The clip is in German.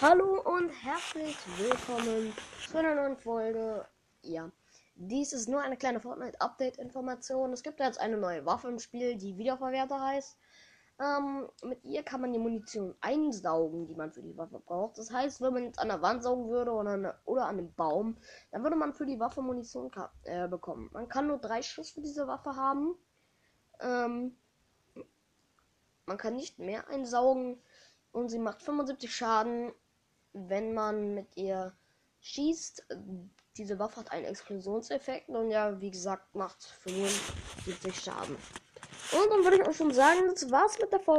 Hallo und herzlich willkommen zu einer neuen Folge. Ja, dies ist nur eine kleine Fortnite-Update-Information. Es gibt jetzt eine neue Waffe im Spiel, die Wiederverwerter heißt. Mit ihr kann man die Munition einsaugen, die man für die Waffe braucht. Das heißt, wenn man jetzt an der Wand saugen würde oder an einem Baum, dann würde man für die Waffe Munition bekommen. Man kann nur 3 Schuss für diese Waffe haben. Man kann nicht mehr einsaugen und sie macht 75 Schaden, wenn man mit ihr schießt. Diese Waffe hat einen Explosionseffekt und ja, wie gesagt, macht 75 Schaden. Und dann würde ich auch schon sagen, das war's mit der Folge.